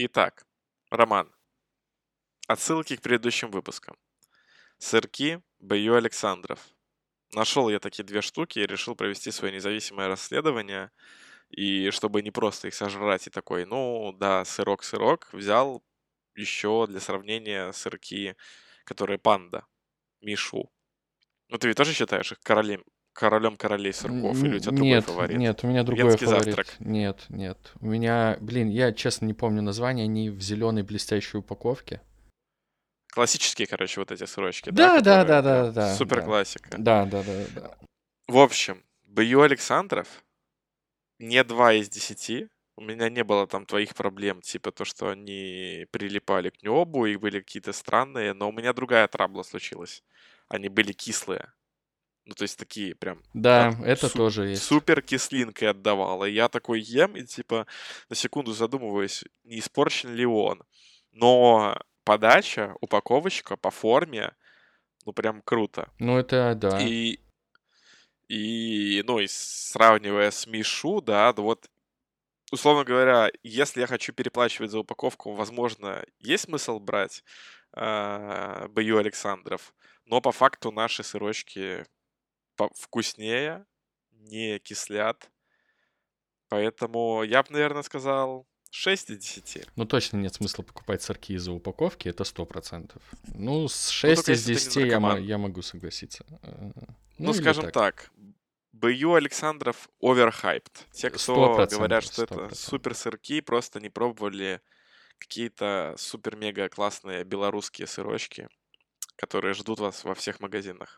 Итак, Роман, отсылки к предыдущим выпускам. Сырки, Б.Ю. Александров. Нашел я такие две штуки и решил провести свое независимое расследование. И чтобы не просто их сожрать и такой, ну да, сырок-сырок, взял еще для сравнения сырки, которые панда, Мишу. Ну ты ведь тоже считаешь их королем королей сырков, или у тебя другой Нет, фаворит? нет, у меня другой Венский фаворит. завтрак. Нет, нет. У меня, блин, я честно не помню название, они в зеленой блестящей упаковке. Классические, короче, вот эти сырочки, да, Да, да, которые да, прям да, да, супер да. классика. Да, да, да, да. В общем, Б.Ю. Александров не 2 из 10. У меня не было там твоих проблем, типа то, что они прилипали к небу и были какие-то странные, но у меня другая трабла случилась. Они были кислые. Ну, то есть такие прям Да, это тоже есть. супер кислинкой отдавало. И я такой ем и типа на секунду задумываюсь, не испорчен ли он. Но подача, упаковочка по форме, ну прям круто. Ну, это да. И ну, и сравнивая с Мишу, да, вот, условно говоря, если я хочу переплачивать за упаковку, возможно, есть смысл брать Б.Ю. Александров, но по факту наши сырочки вкуснее, не кислят, поэтому я бы, наверное, сказал 6 из 10. Ну, точно нет смысла покупать сырки из-за упаковки, это 100%. Ну, с Ну, 6 только из если ты не 10 наркоман. я могу согласиться. Ну, Ну, или скажем так. так, Б.Ю. Александров оверхайпт. Те, Сто кто говорят, процентов, что сто это супер процентов. сырки, просто не пробовали какие-то супер-мега классные белорусские сырочки, которые ждут вас во всех магазинах.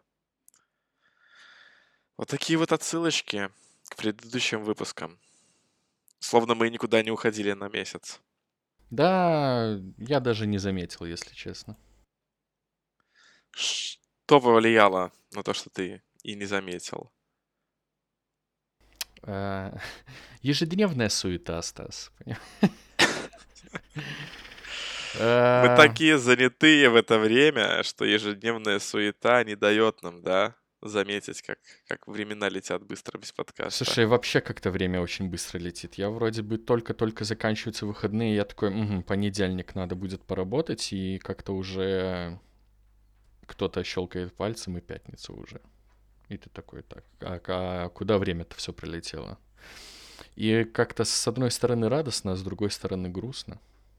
Вот такие вот отсылочки к предыдущим выпускам. Словно мы никуда не уходили на месяц. Да, я даже не заметил, если честно. Что повлияло на то, что ты и не заметил? Э, Ежедневная суета, Стас. Мы Э, такие занятые в это время, что ежедневная суета не дает нам, да, заметить, как времена летят быстро без подкаста. Слушай, вообще как-то время очень быстро летит. Я вроде бы только-только заканчиваются выходные, я такой, понедельник надо будет поработать, и как-то уже кто-то щелкает пальцем, и пятница уже. И ты такой, так, а куда время-то все прилетело? И как-то с одной стороны радостно, а с другой стороны грустно.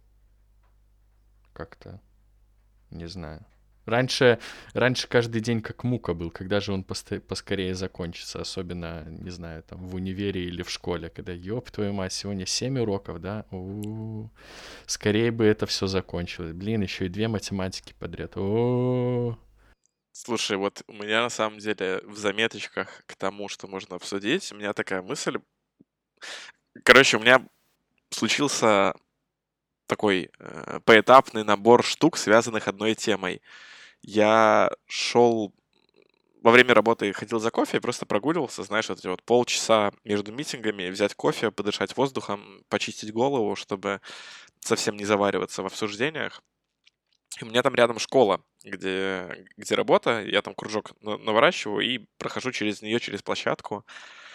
Как-то, не знаю. Раньше, раньше каждый день как мука был, когда же он поскорее закончится, особенно, не знаю, там в универе или в школе, когда, ёб твою мать, сегодня 7 уроков, да? У-у-у. Скорее бы это все закончилось. Блин, еще и 2 математики подряд. О, Слушай, вот у меня на самом деле в заметочках к тому, что можно обсудить, у меня такая мысль. Короче, у меня случился такой поэтапный набор штук, связанных одной темой. Я шел во время работы, ходил за кофе, просто прогуливался, знаешь, вот эти вот полчаса между митингами, взять кофе, подышать воздухом, почистить голову, чтобы совсем не завариваться в обсуждениях. И у меня там рядом школа, где работа, я там кружок наворачиваю и прохожу через нее, через площадку,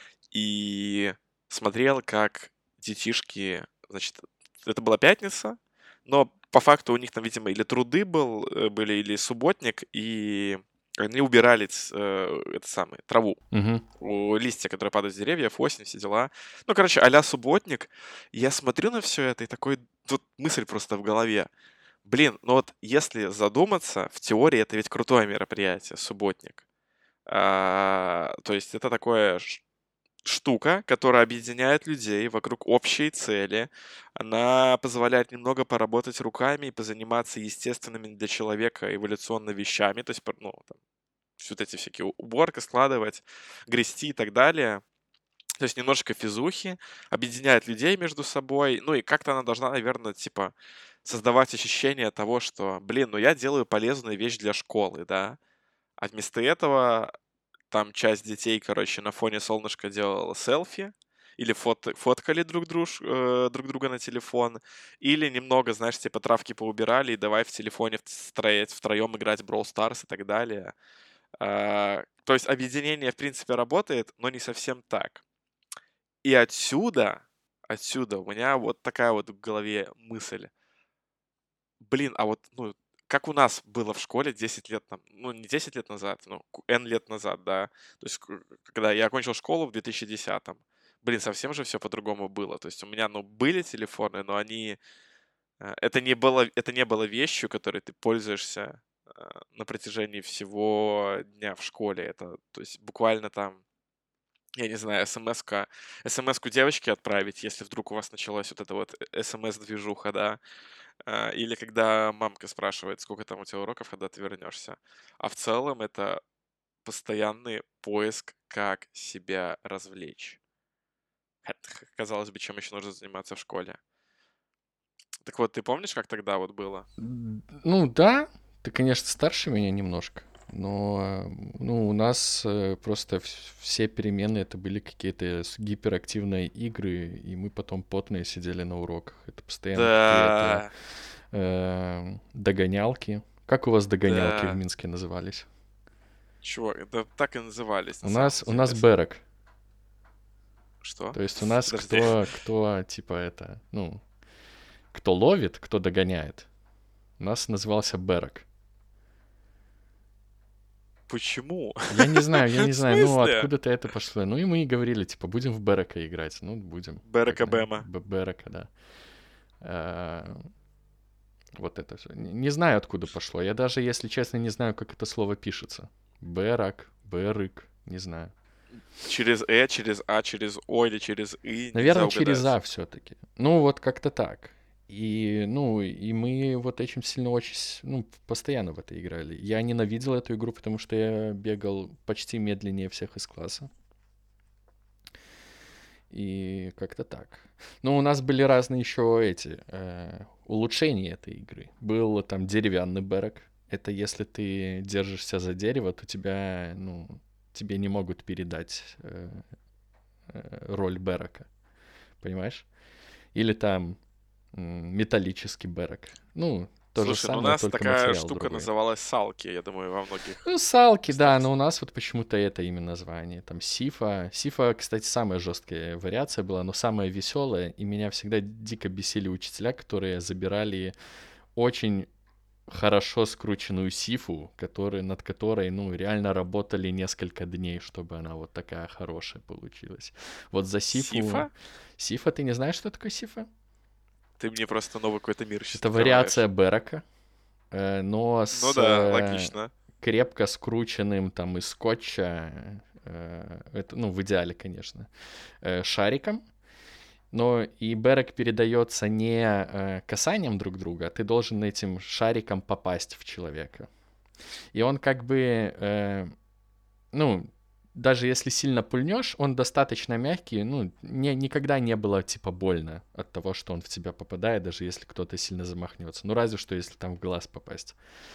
и смотрел, как детишки, значит, это была пятница, но по факту у них там, видимо, или были, или субботник, и они убирали это самое, траву. мгм. Листья, которые падают с деревьев, осень, все дела. Ну, короче, а-ля субботник. И я смотрю на все это, и такой, тут мысль просто в голове. Блин, ну вот если задуматься, в теории это ведь крутое мероприятие, субботник. То есть это такое штука, которая объединяет людей вокруг общей цели. Она позволяет немного поработать руками и позаниматься естественными для человека эволюционно вещами, то есть, ну, там, вот эти всякие уборка складывать, грести и так далее. То есть немножко физухи, объединяет людей между собой, ну и как-то она должна, наверное, типа создавать ощущение того, что, блин, ну я делаю полезную вещь для школы, да, а вместо этого там часть детей, короче, на фоне солнышка делала селфи, или фоткали друг друга на телефон, или немного, знаешь, типа травки поубирали, и давай в телефоне стоять втроем играть в Brawl Stars и так далее. То есть объединение, в принципе, работает, но не совсем так. И отсюда у меня вот такая вот в голове мысль. блин, а вот, ну, как у нас было в школе 10 лет там, ну, не 10 лет назад, но N лет назад, да. То есть, когда я окончил школу в 2010-м, блин, совсем же все по-другому было. То есть у меня, ну, были телефоны, но они... это не было вещью, которой ты пользуешься на протяжении всего дня в школе. Это, то есть, буквально там, я не знаю, смс-ку девочке отправить, если вдруг у вас началась вот эта вот смс-движуха, да, или когда мамка спрашивает, сколько там у тебя уроков, когда ты вернешься. А в целом это постоянный поиск, как себя развлечь. Казалось бы, чем еще нужно заниматься в школе. Так вот, ты помнишь, как тогда вот было? Ну да, ты, конечно, старше меня немножко, но ну, у нас просто все перемены это были какие-то гиперактивные игры, и мы потом потные сидели на уроках. Это постоянно какие-то Да, догонялки. Как у вас догонялки в да. Минске назывались? Чувак, это так и назывались на У самом нас, у нас деле. берек. Что? То есть у нас Подожди. кто, типа, это, ну, кто ловит, кто догоняет. У нас назывался берек. Почему? Я не В знаю, ну смысле? откуда-то это пошло. Ну и мы и говорили, типа, будем в Берека играть. Ну, будем. Берека Погнали. Бема. Берека, да. А, вот это все. Не знаю, откуда пошло. Я даже, если честно, не знаю, как это слово пишется. Берак, берык, не знаю. Через через А, через О или через И нельзя Наверное, через угадать. А все-таки. Ну, вот как-то так. И, ну, и мы вот этим сильно очень, ну, постоянно в это играли. Я ненавидел эту игру, потому что я бегал почти медленнее всех из класса. И как-то так. Но у нас были разные еще эти улучшения этой игры. Был там деревянный берег. Это если ты держишься за дерево, то тебя, ну, тебе не могут передать роль берека. Понимаешь? Или там металлический берег. Ну, то же Слушай, ну у самое, нас только такая материал штука другой. называлась салки, я думаю, во многих Ну, салки, да, местах. но у нас вот почему-то это именно название. Там Сифа. Сифа, кстати, самая жесткая вариация была, но самая веселая. И меня всегда дико бесили учителя, которые забирали очень хорошо скрученную сифу, над которой, ну, реально работали несколько дней, чтобы она вот такая хорошая получилась. Вот за сифу... Сифа? Сифа, ты не знаешь, что такое сифа? Ты мне просто новый какой-то мир сейчас Это вариация открываешь. Берака, но Ну с да, логично. крепко скрученным там из скотча, это, ну, в идеале, конечно, шариком. Но и берег передается не касанием друг друга, а ты должен этим шариком попасть в человека. И он как бы, ну, даже если сильно пульнешь, он достаточно мягкий, ну, никогда не было, типа, больно от того, что он в тебя попадает, даже если кто-то сильно замахнется. Ну, разве что, если там в глаз попасть.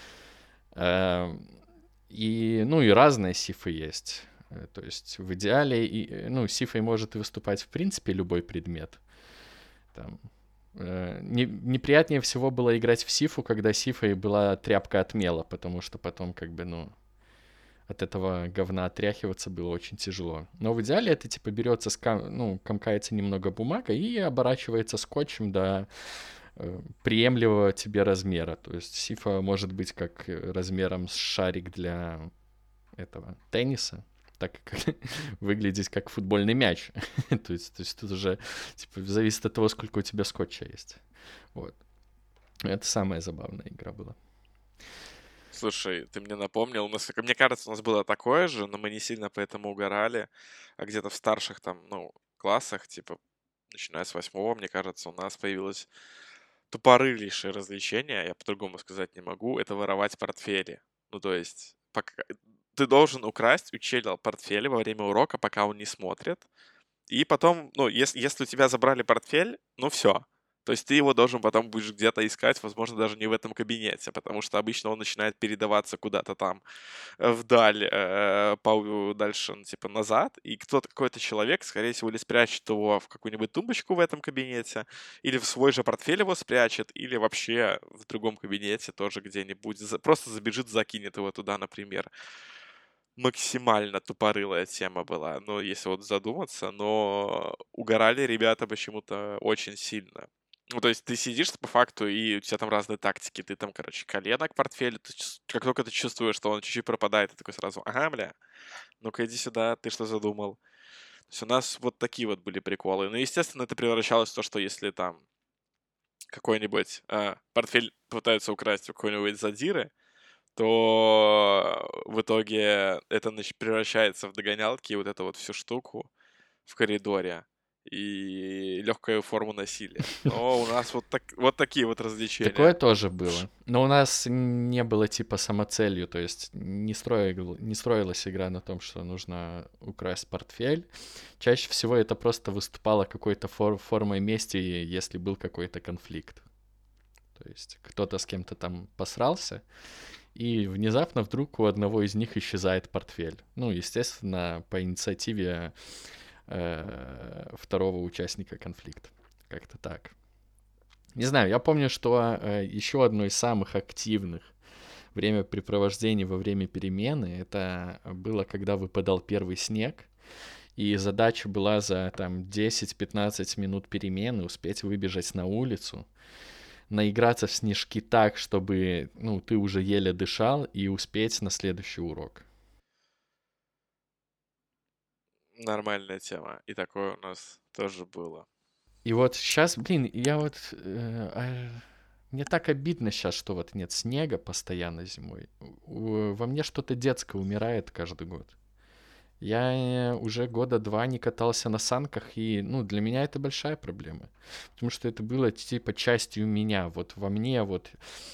И, ну, и разные сифы есть. То есть в идеале, ну, сифой может выступать в принципе любой предмет. Там, неприятнее всего было играть в сифу, когда сифой была тряпка от мела, потому что потом как бы, ну, от этого говна отряхиваться было очень тяжело. Но в идеале это типа берется, ну, комкается немного бумага и оборачивается скотчем до приемлемого тебе размера. То есть сифа может быть как размером с шарик для этого тенниса, так как выглядеть как футбольный мяч. то есть тут уже типа, зависит от того, сколько у тебя скотча есть. Вот. Это самая забавная игра была. Слушай, ты мне напомнил, мне кажется, у нас было такое же, но мы не сильно по этому угорали, а где-то в старших там, ну, классах, типа, начиная с 8-го, мне кажется, у нас появилось тупорылейшее развлечение, я по-другому сказать не могу, это воровать портфели. Ну, то есть, ты должен украсть у челя портфель во время урока, пока он не смотрит, и потом, ну, если у тебя забрали портфель, ну все. То есть ты его должен потом будешь где-то искать, возможно, даже не в этом кабинете, потому что обычно он начинает передаваться куда-то там вдаль, дальше, ну, типа, назад, и какой-то человек, скорее всего, или спрячет его в какую-нибудь тумбочку в этом кабинете, или в свой же портфель его спрячет, или вообще в другом кабинете тоже где-нибудь, просто забежит, закинет его туда, например. Максимально тупорылая тема была, ну, если вот задуматься, но угорали ребята почему-то очень сильно. Ну, то есть ты сидишь по факту, и у тебя там разные тактики. Ты там, короче, колено к портфелю. Как только ты чувствуешь, что он чуть-чуть пропадает, ты такой сразу, ага, бля, ну-ка иди сюда, ты что задумал? То есть у нас вот такие вот были приколы. Ну, естественно, это превращалось в то, что если там какой-нибудь портфель пытаются украсть у какой-нибудь задиры, то в итоге это превращается в догонялки и вот эту вот всю штуку в коридоре и легкую форму насилия. Но у нас вот такие вот Такое развлечения. тоже было. Но у нас не было типа самоцелью, то есть не строилась игра на том, что нужно украсть портфель. Чаще всего это просто выступало какой-то формой мести, если был какой-то конфликт. То есть кто-то с кем-то там посрался, и внезапно вдруг у одного из них исчезает портфель. Ну, естественно, по инициативе второго участника конфликта. Как-то так. Не знаю, я помню, что еще одно из самых активных времяпрепровождений во время перемены, это было, когда выпадал первый снег, и задача была за там 10-15 минут перемены успеть выбежать на улицу, наиграться в снежки так, чтобы, ну, ты уже еле дышал, и успеть на следующий урок. Нормальная тема. И такое у нас тоже было. И вот сейчас, блин, я вот... мне так обидно сейчас, что вот нет снега постоянно зимой. Во мне что-то детское умирает каждый год. Я уже года 2 не катался на санках, и, ну, для меня это большая проблема. Потому что это было, типа, частью меня. Вот во мне вот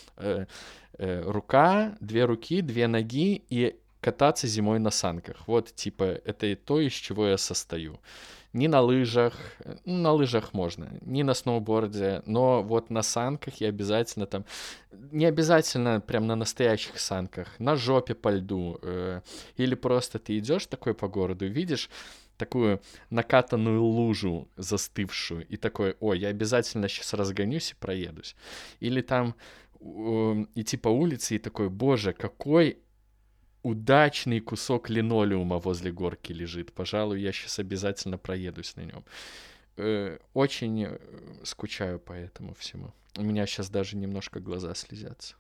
рука, 2 руки, 2 ноги, и кататься зимой на санках. Вот, типа, это и то, из чего я состою. Ни на лыжах, ну, на лыжах можно, ни на сноуборде, но вот на санках я обязательно там, не обязательно прям на настоящих санках, на жопе по льду, или просто ты идешь такой по городу, видишь такую накатанную лужу застывшую, и такой, ой, я обязательно сейчас разгонюсь и проедусь. Или там идти по улице и такой, боже, какой удачный кусок линолеума возле горки лежит. Пожалуй, я сейчас обязательно проедусь на нем. Очень скучаю по этому всему. У меня сейчас даже немножко глаза слезятся.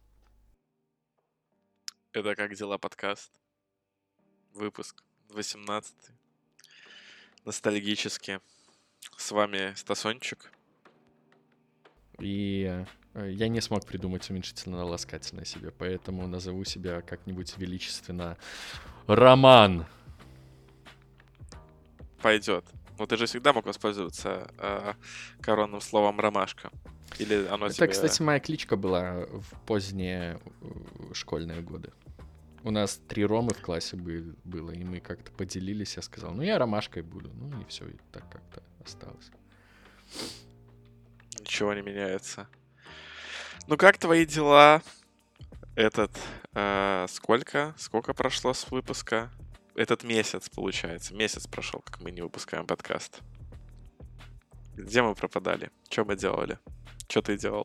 Это «Как дела?» подкаст. Выпуск 18. Ностальгически. С вами Стасончик. И я не смог придумать уменьшительно-ласкательное себе, поэтому назову себя как-нибудь величественно Роман. Пойдет. Ну ты же всегда мог воспользоваться коронным словом «ромашка». Или оно Это, тебе... кстати, моя кличка была в поздние школьные годы. У нас 3 Ромы в классе было, и мы как-то поделились. Я сказал, ну я Ромашкой буду. Ну и все, и так как-то осталось. Ничего не меняется. Ну как твои дела? Сколько прошло с выпуска? Этот месяц, получается. Месяц прошел, как мы не выпускаем подкаст. Где мы пропадали? Что мы делали? Что ты делал?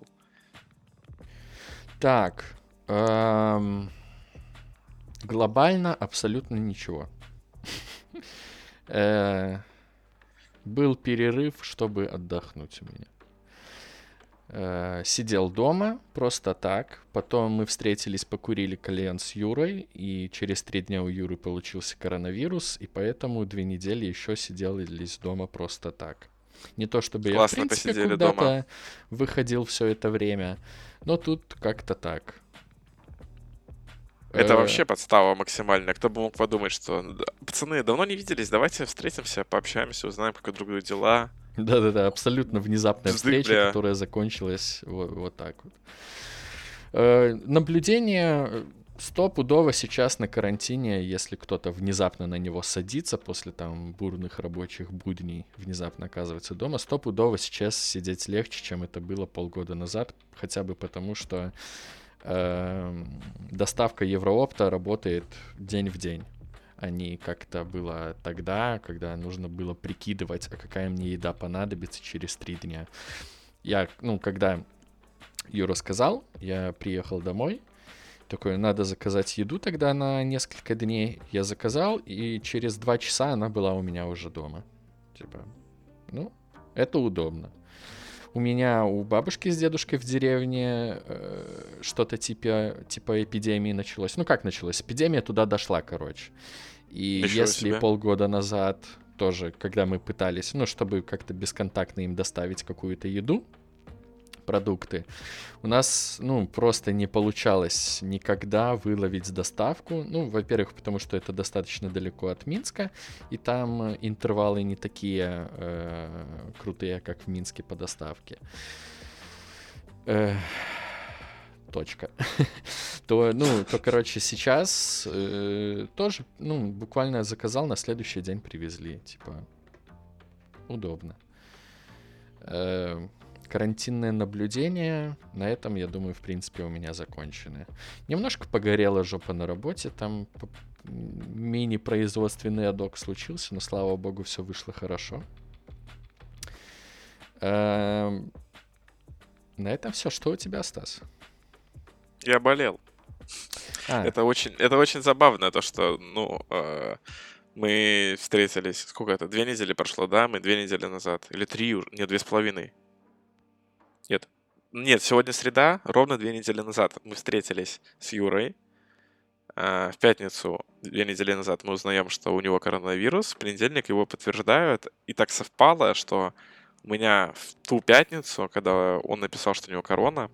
Так, глобально абсолютно ничего. Был перерыв, чтобы отдохнуть у меня. Сидел дома, просто так. Потом мы встретились, покурили кальян с Юрой, и через 3 дня у Юры получился коронавирус, и поэтому 2 недели еще сиделись дома просто так. Не то чтобы я, в Классно принципе, посидели куда-то дома. выходил все это время, но тут как-то так. Это вообще подстава максимальная. Кто бы мог подумать, что... Пацаны, давно не виделись, давайте встретимся, пообщаемся, узнаем, как у друг друга дела. Да-да-да, абсолютно внезапная Бздык, встреча, бля. которая закончилась вот так вот. Наблюдение стопудово сейчас на карантине, если кто-то внезапно на него садится после там бурных рабочих будней, внезапно оказывается дома, стопудово сейчас сидеть легче, чем это было полгода назад, хотя бы потому, что доставка Евроопта работает день в день, а не как-то было тогда, когда нужно было прикидывать, а какая мне еда понадобится через 3 дня. Я, когда Юра сказал, я приехал домой, такой, надо заказать еду тогда на несколько дней. Я заказал, и через 2 часа она была у меня уже дома. Типа, это удобно. У меня у бабушки с дедушкой в деревне что-то типа эпидемии началось. Ну как началось? Эпидемия туда дошла, короче. И Ничего если себе. полгода назад тоже, когда мы пытались, ну, чтобы как-то бесконтактно им доставить какую-то еду, продукты, у нас, ну, просто не получалось никогда выловить доставку. Ну, во-первых, потому что это достаточно далеко от Минска, и там интервалы не такие крутые, как в Минске по доставке. Точка. то, короче, сейчас тоже, ну, буквально заказал, на следующий день привезли. Типа, удобно. Карантинное наблюдение, на этом, я думаю, в принципе, у меня закончены. Немножко погорела жопа на работе, там мини-производственный адок случился, но, слава богу, все вышло хорошо. На этом все. Что у тебя, Стас? Я болел. Это очень забавно, то, что, ну, мы встретились, сколько это, 2 недели прошло, да? Мы 2 недели назад, или 3 уже, нет, 2,5. Нет, сегодня среда, ровно 2 недели назад мы встретились с Юрой. В пятницу, 2 недели назад, мы узнаем, что у него коронавирус. В понедельник его подтверждают. И так совпало, что у меня в ту пятницу, когда он написал, что у него корона,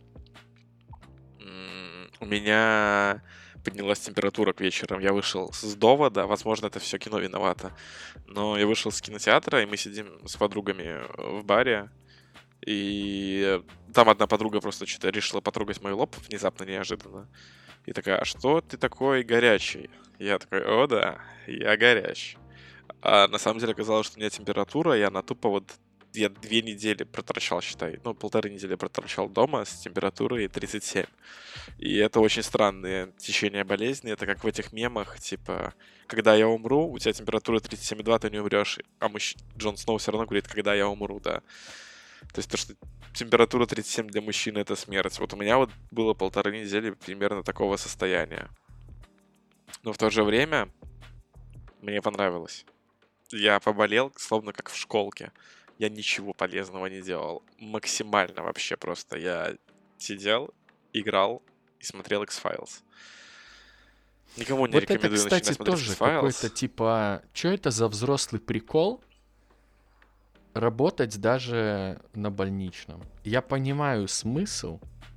у меня поднялась температура к вечерам. Я вышел с довода, возможно, это все кино виновато, но я вышел с кинотеатра, и мы сидим с подругами в баре, и там одна подруга просто что-то решила потрогать мой лоб внезапно, неожиданно. И такая: а что ты такой горячий? Я такой: о да, я горяч. А на самом деле оказалось, что у меня температура, и она тупо вот... Я 2 недели проторчал, считай, ну, 1,5 недели проторчал дома с температурой 37. И это очень странное течение болезни. Это как в этих мемах, типа, когда я умру, у тебя температура 37,2, ты не умрешь. А Джон Сноу все равно говорит, когда я умру, да. То есть то, что температура 37 для мужчины — это смерть. Вот у меня вот было 1,5 недели примерно такого состояния. Но в то же время мне понравилось. Я поболел, словно как в школке. Я ничего полезного не делал. Максимально вообще просто. Я сидел, играл и смотрел X-Files. Никому не Вот это, рекомендую начинать кстати, смотреть тоже какой-то X-Files. типа... Что это за взрослый прикол работать даже на больничном? Я понимаю смысл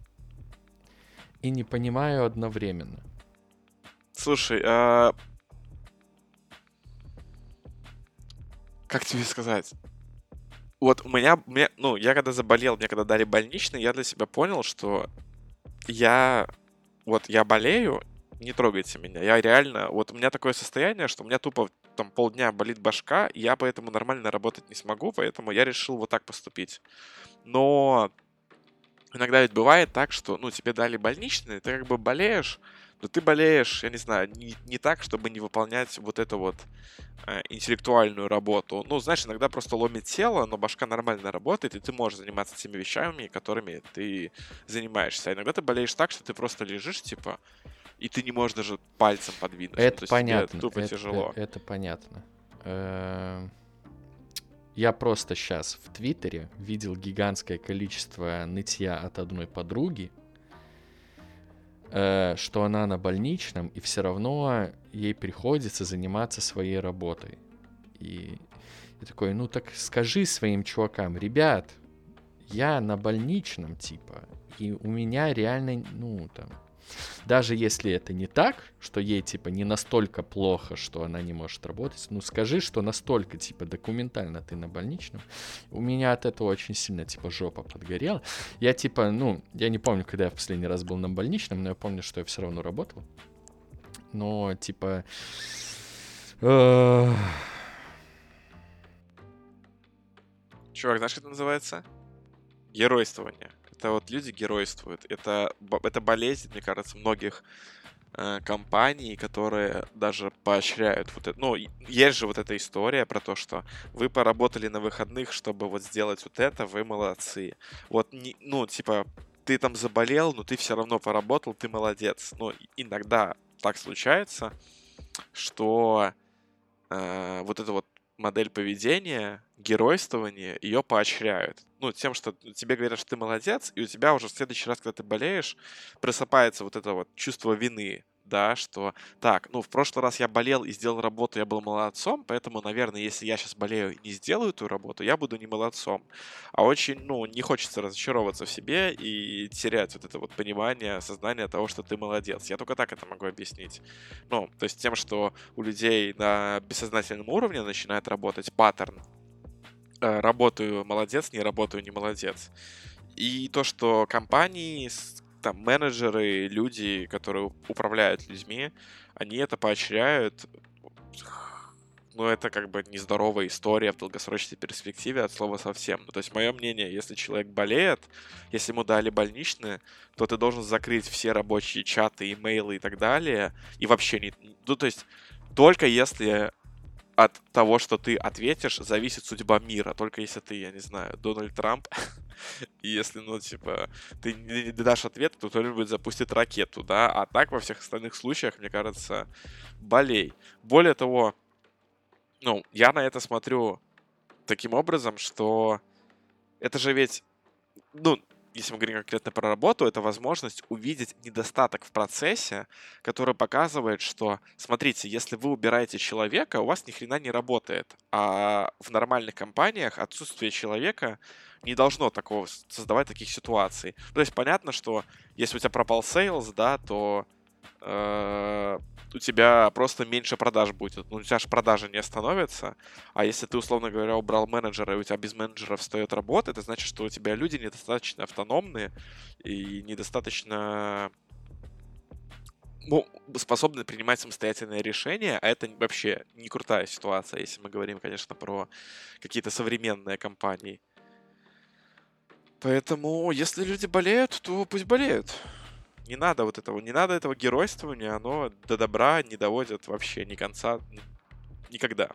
и не понимаю одновременно. Слушай, как тебе сказать? Вот ну, я когда заболел, мне когда дали больничный, я для себя понял, что я болею, не трогайте меня. Я реально, вот у меня такое состояние, что у меня тупо там полдня болит башка, и я поэтому нормально работать не смогу, поэтому я решил вот так поступить. Но иногда ведь бывает так, что, ну, тебе дали больничный, ты как бы болеешь, но ты болеешь, я не знаю, не так, чтобы не выполнять вот эту вот интеллектуальную работу. Ну, знаешь, иногда просто ломит тело, но башка нормально работает, и ты можешь заниматься теми вещами, которыми ты занимаешься. А иногда ты болеешь так, что ты просто лежишь, типа, и ты не можешь даже пальцем подвинуться. Ну, Это то есть тебе понятно. тупо тяжело. Это понятно. Я просто сейчас в Твиттере видел гигантское количество нытья от одной подруги, что она на больничном, и все равно ей приходится заниматься своей работой. И я такой, ну так скажи своим чувакам: ребят, я на больничном, типа, и у меня реально, ну, там, даже если это не так, что ей, типа, не настолько плохо, что она не может работать, ну, скажи, что настолько, типа, документально ты на больничном. У меня от этого очень сильно, типа, жопа подгорела. Я, типа, ну, я не помню, когда я в последний раз был на больничном, но я помню, что я все равно работал. Но, типа... Чувак, знаешь, как это называется? Геройствование. Это вот люди геройствуют. Это болезнь, мне кажется, многих компаний, которые даже поощряют вот это. Ну, есть же вот эта история про то, что вы поработали на выходных, чтобы вот сделать вот это, вы молодцы. Вот, ну, типа, ты там заболел, но ты все равно поработал, ты молодец. Но иногда так случается, что вот эта вот модель поведения геройствование ее поощряют. Ну, тем, что тебе говорят, что ты молодец, и у тебя уже в следующий раз, когда ты болеешь, просыпается вот это вот чувство вины, да, что так, ну, в прошлый раз я болел и сделал работу, я был молодцом, поэтому, наверное, если я сейчас болею и не сделаю эту работу, я буду не молодцом. А очень, ну, не хочется разочаровываться в себе и терять вот это вот понимание, осознание того, что ты молодец. Я только так это могу объяснить. Ну, то есть тем, что у людей на бессознательном уровне начинает работать паттерн. Работаю молодец, не работаю не молодец. И то, что компании, там, менеджеры, люди, которые управляют людьми, они это поощряют. Ну, это как бы нездоровая история в долгосрочной перспективе от слова совсем. Ну, то есть, мое мнение, если человек болеет, если ему дали больничные, то ты должен закрыть все рабочие чаты, имейлы и так далее. И вообще не... Ну, то есть, только если от того, что ты ответишь, зависит судьба мира. Только если ты, я не знаю, Дональд Трамп, и если, ну, типа, ты не дашь ответ, то кто-нибудь запустит ракету, да? А так, во всех остальных случаях, мне кажется, болей. Более того, ну, я на это смотрю таким образом, что это же ведь, ну, если мы говорим конкретно про работу, это возможность увидеть недостаток в процессе, который показывает, что, смотрите, если вы убираете человека, у вас ни хрена не работает. А в нормальных компаниях отсутствие человека не должно такого создавать таких ситуаций. То есть понятно, что если у тебя пропал сейлс, да, то у тебя просто меньше продаж будет. Ну, у тебя же продажи не остановятся. А если ты, условно говоря, убрал менеджера, и у тебя без менеджера встает работа, это значит, что у тебя люди недостаточно автономные и недостаточно способны принимать самостоятельные решения, а это вообще не крутая ситуация, если мы говорим, конечно, про какие-то современные компании. Поэтому, если люди болеют, то пусть болеют. Не надо вот этого, не надо этого геройствования, оно до добра не доводит вообще ни конца, никогда.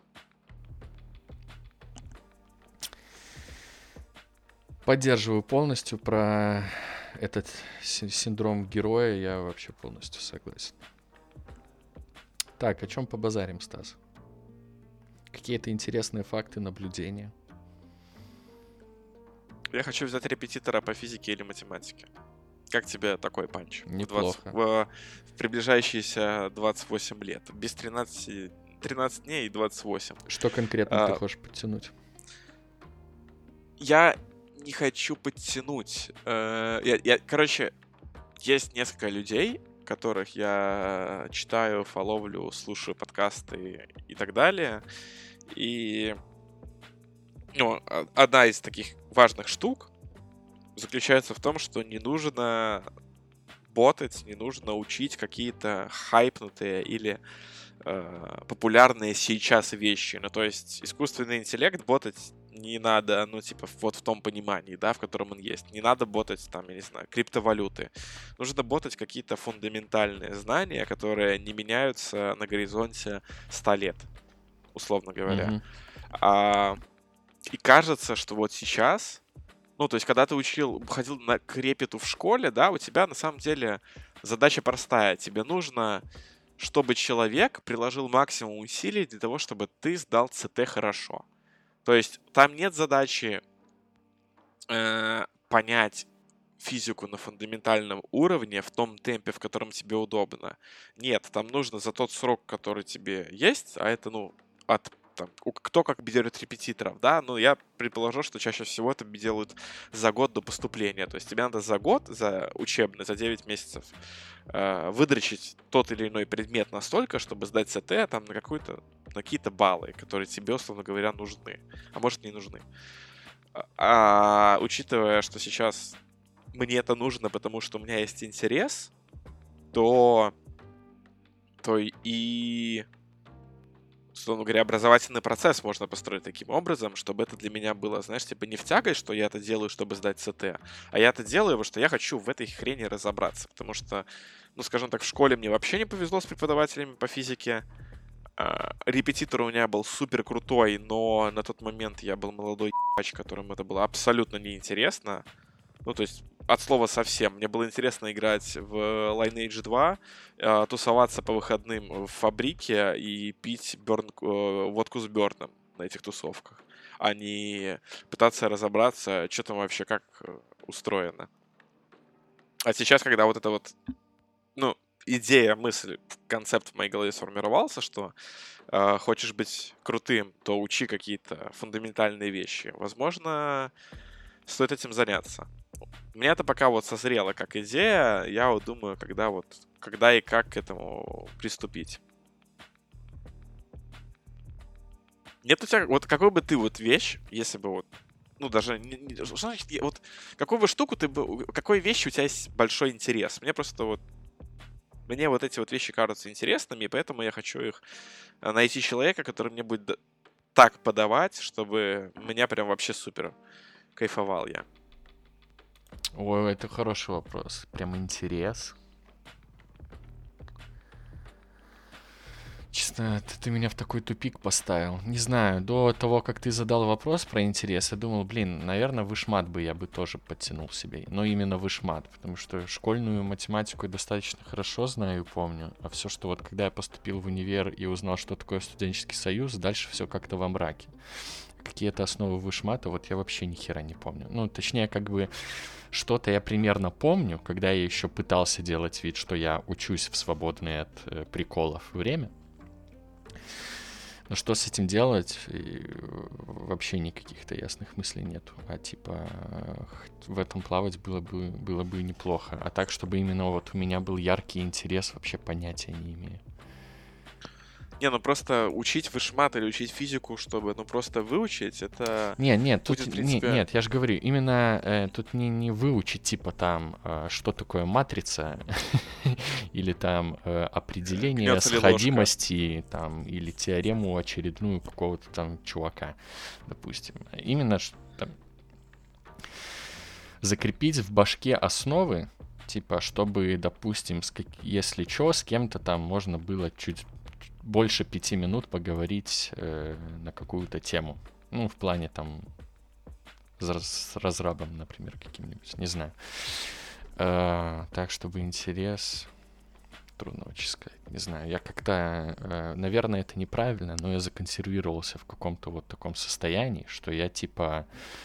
Поддерживаю полностью про этот синдром героя, я вообще полностью согласен. Так, о чем побазарим, Стас? Какие-то интересные факты, наблюдения? Я хочу взять репетитора по физике или математике. Как тебе такой панч? Неплохо. В приближающиеся 28 лет. Без 13 дней и 28. Что конкретно ты хочешь подтянуть? Я не хочу подтянуть. Короче, есть несколько людей, которых я читаю, фоловлю, слушаю подкасты и так далее. И одна из таких важных штук заключается в том, что не нужно ботать, не нужно учить какие-то хайпнутые или популярные сейчас вещи. Ну, то есть искусственный интеллект ботать не надо, ну, типа, вот в том понимании, да, в котором он есть. Не надо ботать, там, я не знаю, криптовалюты. Нужно ботать какие-то фундаментальные знания, которые не меняются на горизонте 100 лет, условно говоря. И кажется, что вот сейчас, ну, то есть, когда ты ходил к репету в школе, да, у тебя на самом деле задача простая. Тебе нужно, чтобы человек приложил максимум усилий для того, чтобы ты сдал ЦТ хорошо. То есть, там нет задачи понять физику на фундаментальном уровне в том темпе, в котором тебе удобно. Нет, там нужно за тот срок, который тебе есть, а это, ну, кто как берет репетиторов, да, ну, я предположу, что чаще всего это делают за год до поступления, то есть тебе надо за год, за учебный, за 9 месяцев выдрочить тот или иной предмет настолько, чтобы сдать ЦТ там на какие-то баллы, которые тебе, условно говоря, нужны, а может не нужны. Учитывая, что сейчас мне это нужно, потому что у меня есть интерес, то и, условно говоря, образовательный процесс можно построить таким образом, чтобы это для меня было, знаешь, типа не в тягость, что я это делаю, чтобы сдать ЦТ, а я это делаю, потому что я хочу в этой хрени разобраться, потому что, ну, скажем так, в школе мне вообще не повезло с преподавателями по физике, репетитор у меня был супер крутой, но на тот момент я был молодой ебач, которому это было абсолютно неинтересно. Ну, то есть, от слова совсем. Мне было интересно играть в Lineage 2, тусоваться по выходным в фабрике и пить водку с Бёрном на этих тусовках. а не пытаться разобраться, что там вообще как устроено. А сейчас, когда вот это вот, ну, идея, мысль, концепт в моей голове сформировался, что хочешь быть крутым, то учи какие-то фундаментальные вещи. Возможно, стоит этим заняться. У меня это пока вот созрело как идея. Я вот думаю, когда и как к этому приступить. Нет у тебя, вот какой бы ты вот вещь, если бы вот, ну даже, что значит, вот какую бы штуку ты бы, какой вещи у тебя есть большой интерес? Мне вот эти вот вещи кажутся интересными, и поэтому я хочу их найти человека, который мне будет так подавать, чтобы меня прям вообще супер кайфовал я. Ой, это хороший вопрос. Прям интерес. Честно, ты меня в такой тупик поставил. Не знаю, до того, как ты задал вопрос про интерес, я думал, блин, наверное, вышмат бы я бы тоже подтянул себе. Но именно вышмат, потому что школьную математику я достаточно хорошо знаю и помню. А все, что вот когда я поступил в универ и узнал, что такое студенческий союз, дальше все как-то во мраке. Какие-то основы вышмата, вот я вообще ни хера не помню. Ну, точнее, как бы что-то я примерно помню, когда я еще пытался делать вид, что я учусь в свободное от приколов время. Но что с этим делать, вообще никаких-то ясных мыслей нету. А типа в этом плавать было бы неплохо. А так, чтобы именно вот у меня был яркий интерес, вообще понятия не имею. Не, ну просто учить вышмат или учить физику, чтобы, ну просто выучить, это Нет, будет, тут, в принципе... нет, я же говорю, именно тут не выучить, типа там, что такое матрица, или там определение Гнется ли ложка? сходимости, там, или теорему очередную какого-то там чувака, допустим. Именно там, закрепить в башке основы, типа, чтобы, допустим, если что, с кем-то там можно было чуть больше 5 минут поговорить на какую-то тему. Ну, в плане там с разрабом, например, каким-нибудь, не знаю. Так, чтобы интерес... Трудно очень сказать, не знаю. Я как-то, наверное, это неправильно, но я законсервировался в каком-то вот таком состоянии, что я типа...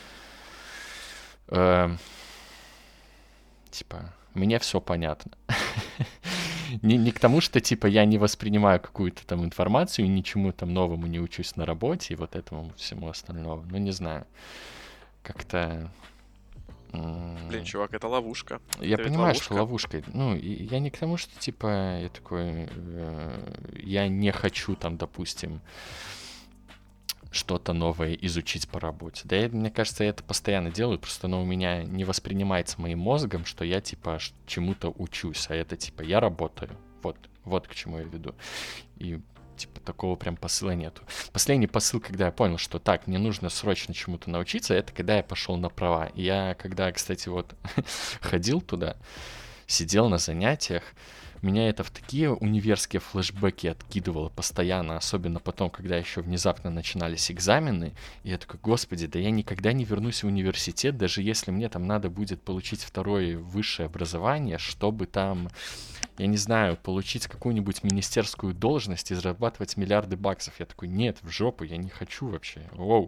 Типа, мне все понятно. Не к тому, что, типа, я не воспринимаю какую-то там информацию, ничему там новому не учусь на работе и вот этому всему остальному. Ну, не знаю. Как-то... Блин, чувак, это ловушка. Я Это ведь понимаю, что ловушка. ловушка. Ну, я не к тому, что, типа, я такой... Я не хочу там, допустим, что-то новое изучить по работе. Да, мне кажется, я это постоянно делаю, просто оно у меня не воспринимается моим мозгом, что я, типа, чему-то учусь, а это, типа, я работаю. Вот к чему я веду. И, типа, такого прям посыла нету. Последний посыл, когда я понял, что так, мне нужно срочно чему-то научиться, это когда я пошел на права. И я, когда, кстати, вот ходил туда, сидел на занятиях, меня это в такие универские флешбеки откидывало постоянно, особенно потом, когда еще внезапно начинались экзамены. И я такой, господи, да я никогда не вернусь в университет, даже если мне там надо будет получить второе высшее образование, чтобы там, я не знаю, получить какую-нибудь министерскую должность и зарабатывать миллиарды баксов. Я такой, нет, в жопу, я не хочу вообще. Воу.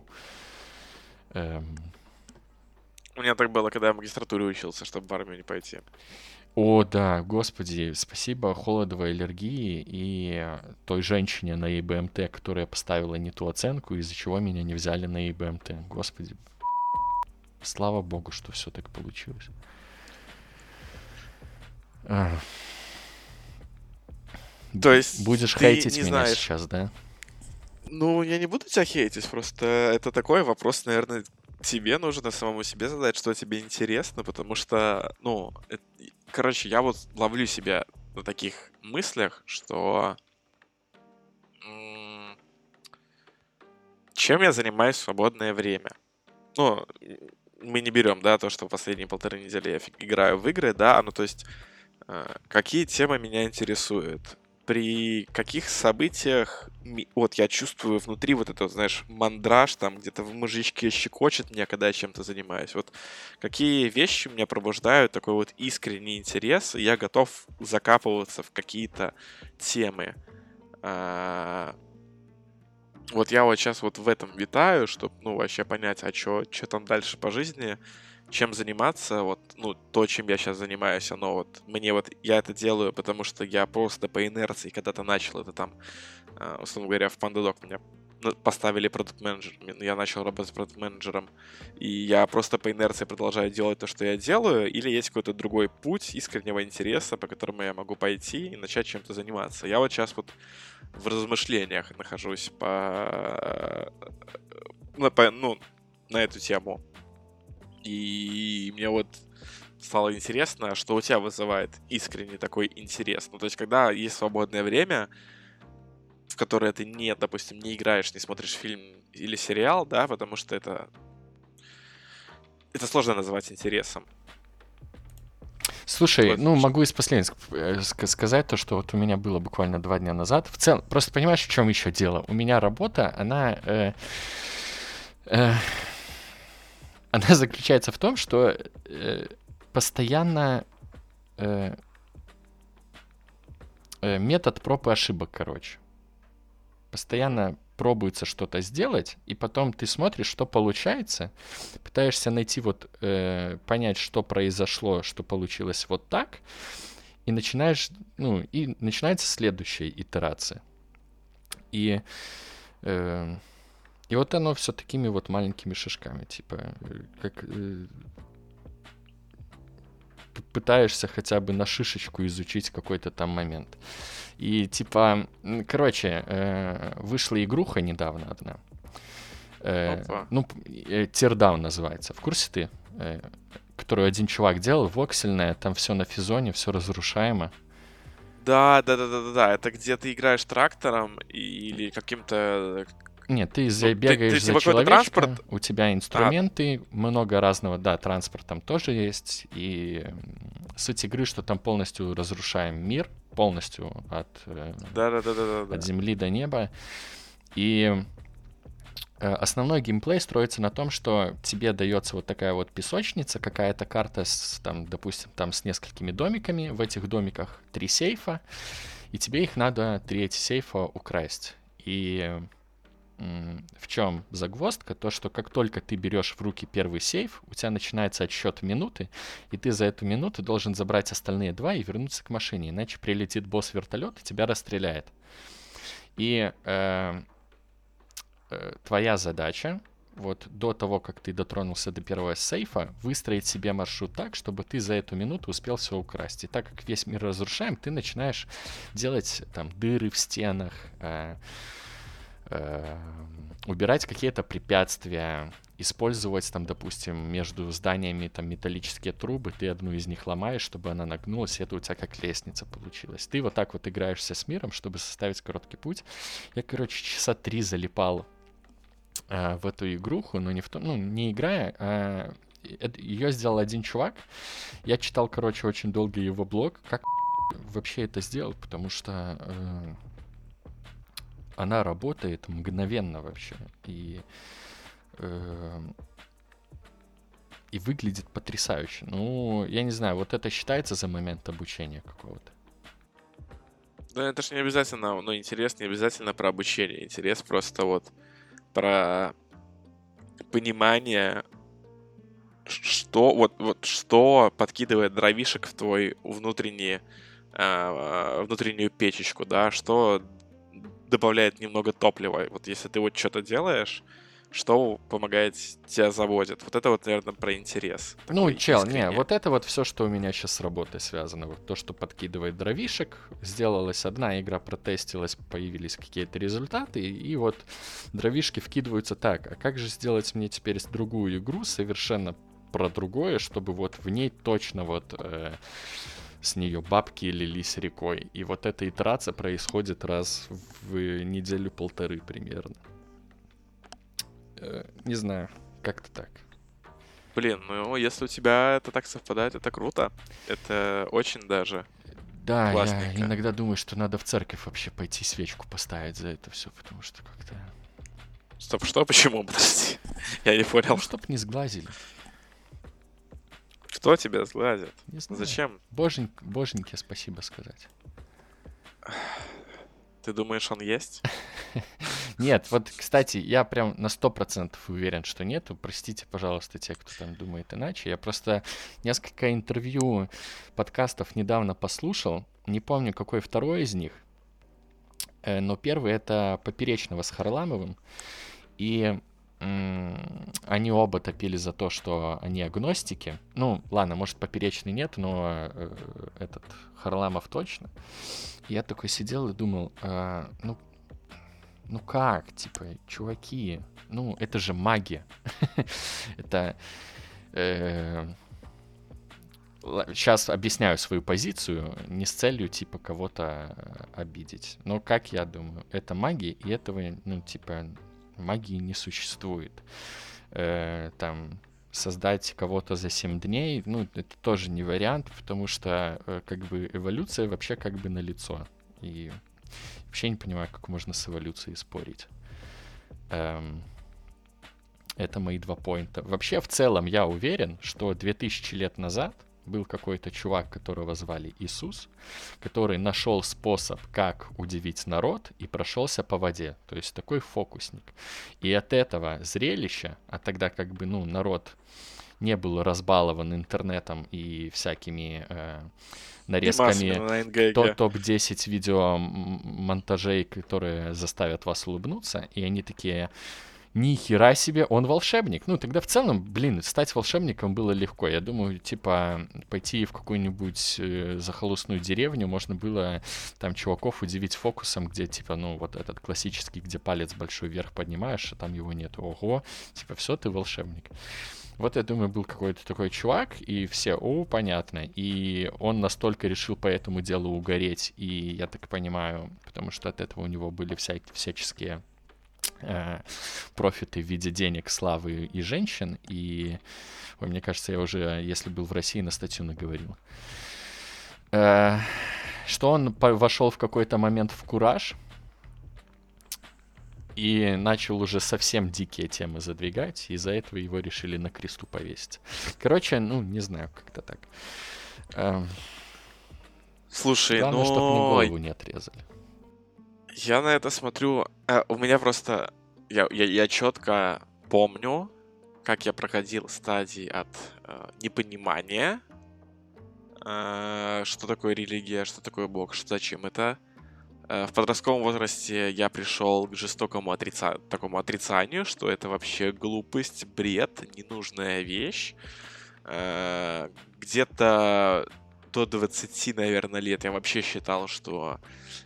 У меня так было, когда я в магистратуре учился, чтобы в армию не пойти. О, да, господи, спасибо холодовой аллергии и той женщине на ИБМТ, которая поставила не ту оценку, из-за чего меня не взяли на ИБМТ. Господи, слава богу, что все так получилось. То есть Будешь ты хейтить не меня знаешь... сейчас, да? Ну, я не буду тебя хейтить, просто это такой вопрос, наверное, тебе нужно самому себе задать, что тебе интересно, потому что, ну, короче, я вот ловлю себя на таких мыслях, что чем я занимаюсь в свободное время? Ну, мы не берем, да, то, что последние 1,5 недели я играю в игры, да, ну, то есть, какие темы меня интересуют? При каких событиях вот я чувствую внутри вот это, знаешь, мандраж, там где-то в мозжечке щекочет меня, когда я чем-то занимаюсь. Вот какие вещи меня пробуждают такой вот искренний интерес, и я готов закапываться в какие-то темы. Вот я вот сейчас вот в этом витаю, чтобы, ну, вообще понять, а что там дальше по жизни, чем заниматься, вот, ну, то, чем я сейчас занимаюсь, оно вот, мне вот, я это делаю, потому что я просто по инерции когда-то начал это там, условно говоря, в PandaDoc меня поставили продукт-менеджером, я начал работать продукт-менеджером, и я просто по инерции продолжаю делать то, что я делаю, или есть какой-то другой путь искреннего интереса, по которому я могу пойти и начать чем-то заниматься. Я вот сейчас вот в размышлениях нахожусь ну, на эту тему. И мне вот стало интересно, что у тебя вызывает искренний такой интерес. Ну, то есть, когда есть свободное время, в которое ты не, допустим, не играешь, не смотришь фильм или сериал, да, потому что это сложно назвать интересом. Слушай, Вот. ну, могу из последних сказать то, что вот у меня было буквально 2 дня назад. В целом, просто понимаешь, в чем еще дело? У меня работа, она заключается в том, что постоянно метод проб и ошибок, короче. Постоянно пробуется что-то сделать, и потом ты смотришь, что получается, пытаешься найти вот, понять, что произошло, что получилось вот так, и начинаешь, ну, и начинается следующая итерация. И вот оно все такими вот маленькими шажками, типа, как пытаешься хотя бы на шишечку изучить какой-то там момент. И типа, короче, вышла игруха недавно одна. Ну, Teardown называется. В курсе ты? Которую один чувак делал, воксельная, там все на физоне, все разрушаемо. Да. Это где ты играешь трактором или каким-то... Нет, ты бегаешь за типа какой-то человечка, транспорт? у тебя инструменты, много разного, да, транспорт там тоже есть, и суть игры, что там полностью разрушаем мир, полностью от земли до неба, и основной геймплей строится на том, что тебе дается вот такая вот песочница, какая-то карта с, там, допустим, там с несколькими домиками, в этих домиках 3 сейфа, и тебе их надо 3 эти сейфа украсть. И в чем загвоздка? То, что как только ты берешь в руки первый сейф, у тебя начинается отсчет минуты, и ты за эту минуту должен забрать остальные 2 и вернуться к машине, иначе прилетит босс вертолет и тебя расстреляет. И твоя задача, вот до того, как ты дотронулся до первого сейфа, выстроить себе маршрут так, чтобы ты за эту минуту успел все украсть. И так как весь мир разрушаем, ты начинаешь делать там дыры в стенах, убирать какие-то препятствия, использовать там, допустим, между зданиями там металлические трубы, ты одну из них ломаешь, чтобы она нагнулась, и это у тебя как лестница получилась. Ты вот так вот играешься с миром, чтобы составить короткий путь. Я, короче, часа 3 залипал в эту игруху, но не в том, ну, не играя, а ее сделал один чувак. Я читал, короче, очень долго его блог, как вообще это сделал, потому что она работает мгновенно вообще. И выглядит потрясающе. Ну, я не знаю, вот это считается за момент обучения какого-то? Ну, это же не обязательно, ну, интерес не обязательно про обучение. Интерес просто вот про понимание, что вот что подкидывает дровишек в твой внутреннюю печечку, да, что добавляет немного топлива. Вот если ты вот что-то делаешь, что помогает, тебя заводит. Вот это вот, наверное, про интерес. Ну, чел, не, искренний. вот это вот все, что у меня сейчас с работой связано. Вот то, что подкидывает дровишек. Сделалась одна игра, протестилась, появились какие-то результаты. И вот дровишки вкидываются так. А как же сделать мне теперь другую игру, совершенно про другое, чтобы вот в ней точно вот с нее бабки лились рекой. И вот эта итерация происходит раз в неделю-полторы примерно. Не знаю, как-то так. Блин, ну если у тебя это так совпадает, это круто. Это очень даже Да, классненько. я иногда думаю, что надо в церковь вообще пойти свечку поставить за это все, потому что как-то... Стоп, что? Почему? Подожди. Я не понял. Ну, чтоб не сглазили. Кто тебя сгладит? Не знаю. Зачем? Боженьке спасибо сказать. Ты думаешь, он есть? Нет, вот, кстати, я прям на 100% уверен, что нету. Простите, пожалуйста, те, кто там думает иначе. Я просто несколько интервью, подкастов недавно послушал. Не помню, какой второй из них. Но первый — это Поперечного с Харламовым. И они оба топили за то, что они агностики. Ну, ладно, может, Поперечный нет, но этот Харламов точно. Я такой сидел и думал, ну как, типа, чуваки, ну это же магия. Это... Сейчас объясняю свою позицию, не с целью, типа, кого-то обидеть. Но, как я думаю, это магия, и этого, ну, типа, магии не существует. Там, создать кого-то за 7 дней, ну, это тоже не вариант, потому что, как бы, эволюция вообще как бы налицо. И вообще не понимаю, как можно с эволюцией спорить. Это мои 2 поинта. Вообще, в целом, я уверен, что 2000 лет назад был какой-то чувак, которого звали Иисус, который нашел способ, как удивить народ, и прошелся по воде. То есть такой фокусник. И от этого зрелища, а тогда как бы, ну, народ не был разбалован интернетом и всякими нарезками топ-10 видеомонтажей, которые заставят вас улыбнуться, и они такие... Ни хера себе, он волшебник. Ну, тогда в целом, блин, стать волшебником было легко. Я думаю, типа, пойти в какую-нибудь захолустную деревню, можно было там чуваков удивить фокусом, где, типа, ну, вот этот классический, где палец большой вверх поднимаешь, а там его нет. Ого, типа, все, ты волшебник. Вот, я думаю, был какой-то такой чувак, и все, понятно. И он настолько решил по этому делу угореть, и я так понимаю, потому что от этого у него были всяческие профиты в виде денег, славы и женщин. И, мне кажется, я уже, если был в России, на статью наговорил. Что он вошел в какой-то момент в кураж и начал уже совсем дикие темы задвигать, и из-за этого его решили на кресту повесить. Короче, ну, не знаю, как-то так. Слушай, главное, чтобы мне голову не отрезали. Я на это смотрю... у меня просто... Я четко помню, как я проходил стадии от непонимания, что такое религия, что такое Бог, зачем это. В подростковом возрасте я пришел к жестокому такому отрицанию, что это вообще глупость, бред, ненужная вещь. Где-то до 20, наверное, лет я вообще считал, что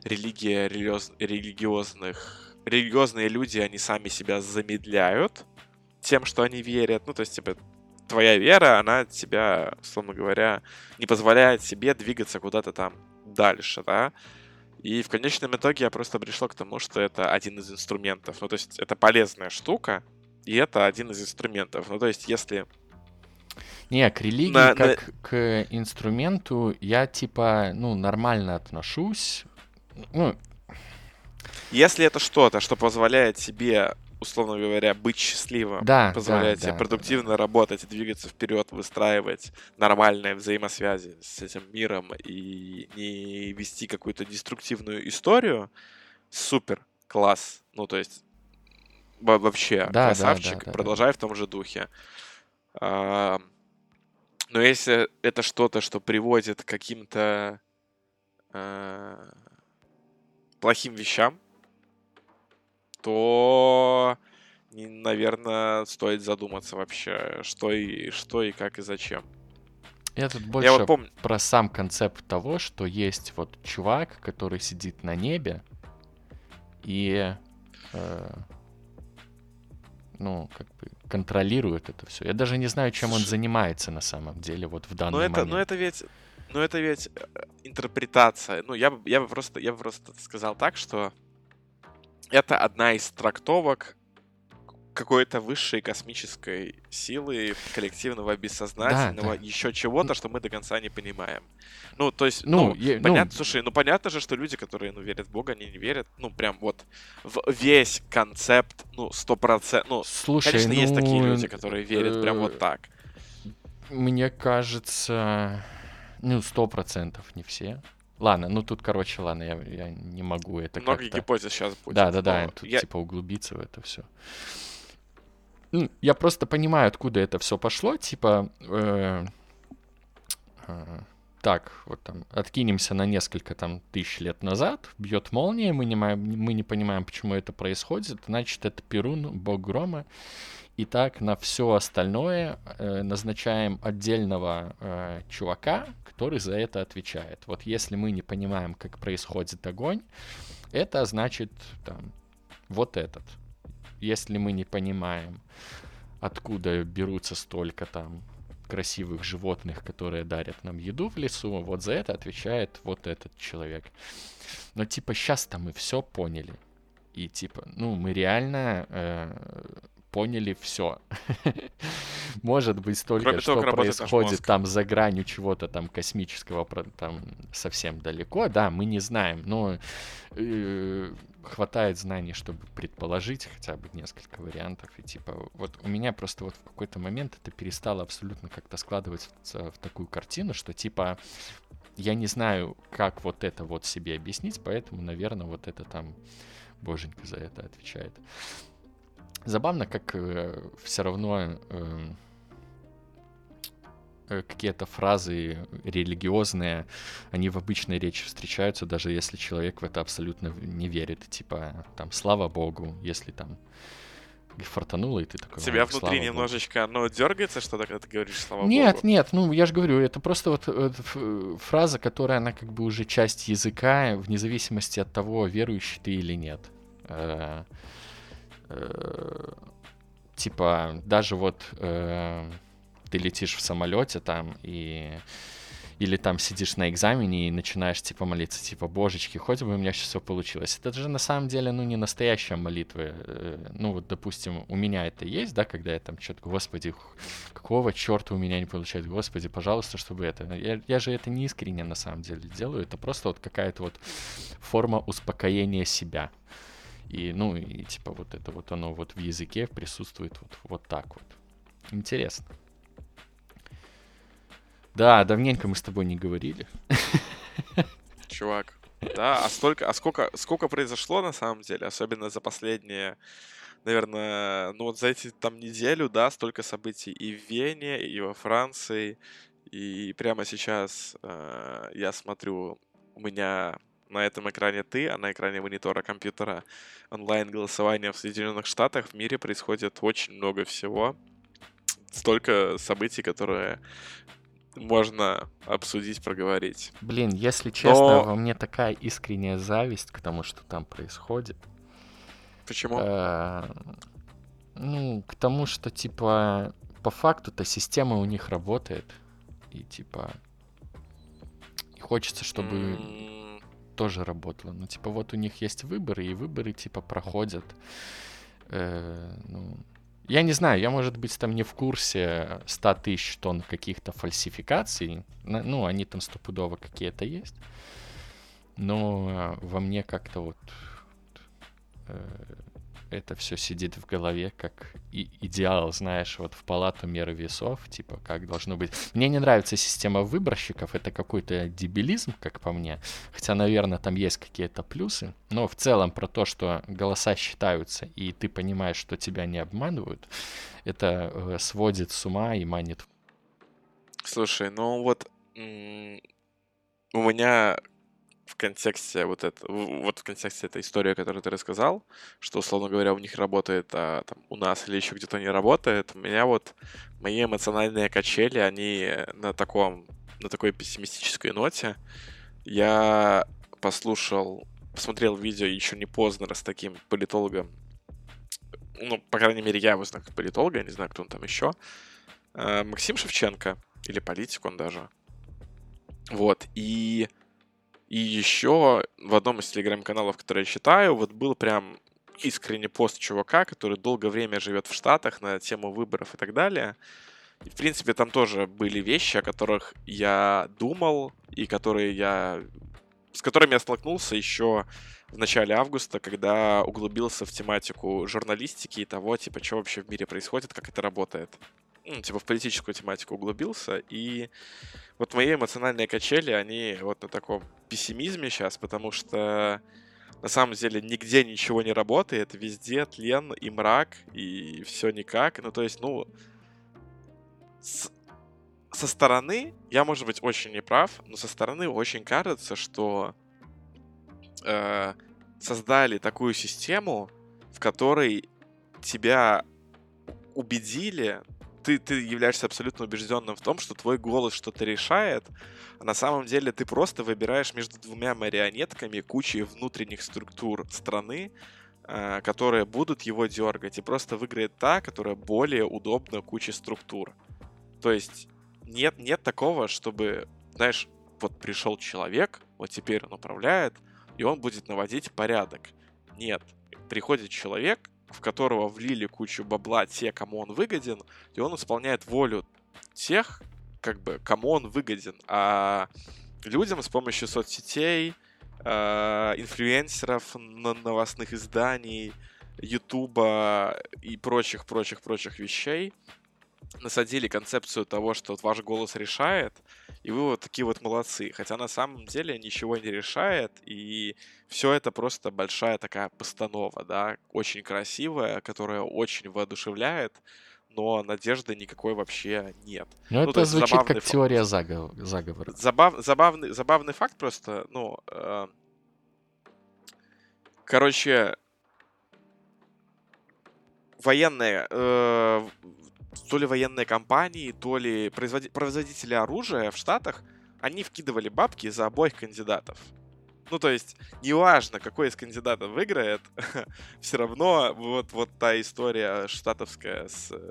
религиозные люди, они сами себя замедляют тем, что они верят. Ну, то есть, типа, твоя вера, она тебя, условно говоря, не позволяет себе двигаться куда-то там дальше, да. И в конечном итоге я просто пришел к тому, что это один из инструментов. Ну, то есть, это полезная штука, и это один из инструментов. Ну, то есть, если... Не, к религии как к инструменту я, типа, ну, нормально отношусь. Ну, если это что-то, что позволяет тебе, условно говоря, быть счастливым, позволяет тебе продуктивно работать, двигаться вперед, выстраивать нормальные взаимосвязи с этим миром и не вести какую-то деструктивную историю, супер, класс. Ну, то есть, вообще, красавчик, продолжай в том же духе. Но если это что-то, что приводит к каким-то плохим вещам, то, наверное, стоит задуматься вообще, что и как и зачем. Я тут больше про сам концепт того, что есть вот чувак, который сидит на небе и, ну, как бы контролирует это все. Я даже не знаю, чем он занимается на самом деле вот в данный момент. Но это ведь интерпретация. Ну, я бы просто сказал так, что это одна из трактовок какой-то высшей космической силы, коллективного, бессознательного, еще чего-то, что мы до конца не понимаем. Ну, то есть, понятно, слушай, понятно же, что люди, которые, верят в Бога, они не верят, прям вот в весь концепт, 100%. Слушай, конечно, есть такие люди, которые верят прям вот так. Мне кажется, 100% не все. Ладно, ну тут, короче, ладно, я не могу это Много как-то... гипотез сейчас будет. Да, Но тут я... типа углубиться в это все. Я просто понимаю, откуда это все пошло, типа... Так, вот там, откинемся на несколько там тысяч лет назад, бьет молния, мы не понимаем, почему это происходит, значит, это Перун, бог грома. И так на все остальное назначаем отдельного чувака, который за это отвечает. Вот если мы не понимаем, как происходит огонь, это значит там вот этот. Если мы не понимаем, откуда берутся столько там красивых животных, которые дарят нам еду в лесу, вот за это отвечает вот этот человек. Но типа сейчас-то мы все поняли. И типа, мы реально поняли все. Может быть, столько, Кроме того, что как работает наш происходит мозг. там за гранью чего-то там космического, там совсем далеко, да, мы не знаем, но хватает знаний, чтобы предположить хотя бы несколько вариантов. И типа, вот у меня просто вот в какой-то момент это перестало абсолютно как-то складываться в такую картину, что типа я не знаю, как вот это вот себе объяснить, поэтому, наверное, вот это там боженька за это отвечает. Забавно, как все равно какие-то фразы религиозные, они в обычной речи встречаются, даже если человек в это абсолютно не верит. Типа, там, слава богу, если там фартануло, и ты такой, Тебя слава внутри богу. немножечко, дергается что-то, когда ты говоришь слава богу? Нет, я же говорю, это просто вот фраза, которая, она как бы уже часть языка, вне зависимости от того, верующий ты или нет. Типа, даже вот ты летишь в самолете там или там сидишь на экзамене и начинаешь типа молиться, типа, божечки, хоть бы у меня сейчас все получилось. Это же на самом деле, не настоящая молитва. Вот, допустим, у меня это есть, да, когда я там что-то, господи, какого черта у меня не получается, господи, пожалуйста, чтобы это... Я же это не искренне на самом деле делаю, это просто вот какая-то вот форма успокоения себя. И, и типа вот это вот оно вот в языке присутствует вот так вот. Интересно. Да, давненько мы с тобой не говорили. Чувак, да, сколько произошло на самом деле, особенно за последние, наверное, вот за эти там неделю, да, столько событий и в Вене, и во Франции, и прямо сейчас я смотрю, у меня на этом экране ты, а на экране монитора компьютера онлайн-голосование в Соединенных Штатах. В мире происходит очень много всего. Столько событий, которые можно обсудить, проговорить. Блин, если честно, Но во мне такая искренняя зависть к тому, что там происходит. почему? К тому, что, типа, по факту-то система у них работает. И, типа, хочется, чтобы тоже работало. Типа, вот у них есть выборы, и выборы, типа, проходят. Я не знаю, я, может быть, там не в курсе 100 тысяч тонн каких-то фальсификаций. Они там стопудово какие-то есть. Но во мне как-то вот это все сидит в голове как идеал, знаешь, вот в палату меры весов, типа, как должно быть. Мне не нравится система выборщиков, это какой-то дебилизм, как по мне. Хотя, наверное, там есть какие-то плюсы. Но в целом про то, что голоса считаются, и ты понимаешь, что тебя не обманывают, это сводит с ума и манит. Слушай, вот у меня в контексте в контексте этой истории, которую ты рассказал, что, условно говоря, у них работает, а там у нас или еще где-то не работает, у меня вот мои эмоциональные качели, они на такой пессимистической ноте. Я посмотрел видео еще не поздно с таким политологом, по крайней мере, я его знаю как политолога, я не знаю, кто он там еще, Максим Шевченко, или политик он даже. Вот, и еще в одном из телеграм-каналов, который я читаю, вот был прям искренний пост чувака, который долгое время живет в Штатах на тему выборов и так далее. И, в принципе, там тоже были вещи, о которых я думал, и с которыми я столкнулся еще в начале августа, когда углубился в тематику журналистики и того, типа, что вообще в мире происходит, как это работает. типа в политическую тематику углубился, и вот мои эмоциональные качели, они вот на таком пессимизме сейчас, потому что на самом деле нигде ничего не работает, везде тлен и мрак, и все никак. Ну, то есть, ну, со стороны, я, может быть, очень неправ, но со стороны очень кажется, что создали такую систему, в которой тебя убедили, ты являешься абсолютно убежденным в том, что твой голос что-то решает, а на самом деле ты просто выбираешь между двумя марионетками кучей внутренних структур страны, которые будут его дергать, и просто выиграет та, которая более удобна куче структур. То есть нет такого, чтобы, знаешь, вот пришел человек, вот теперь он управляет, и он будет наводить порядок. Нет. Приходит человек, в которого влили кучу бабла те, кому он выгоден, и он исполняет волю тех, как бы, кому он выгоден. А людям с помощью соцсетей, инфлюенсеров, новостных изданий, Ютуба и прочих вещей насадили концепцию того, что вот ваш голос решает, и вы вот такие вот молодцы. Хотя на самом деле ничего не решает, и все это просто большая такая постанова, да, очень красивая, которая очень воодушевляет, но надежды никакой вообще нет. Ну, Ну, то это есть звучит как теория заговора. забавный факт просто, ну, короче, военные, то ли военные компании, то ли производители оружия в Штатах, они вкидывали бабки за обоих кандидатов. Ну, то есть, неважно, какой из кандидатов выиграет, все равно вот та история штатовская,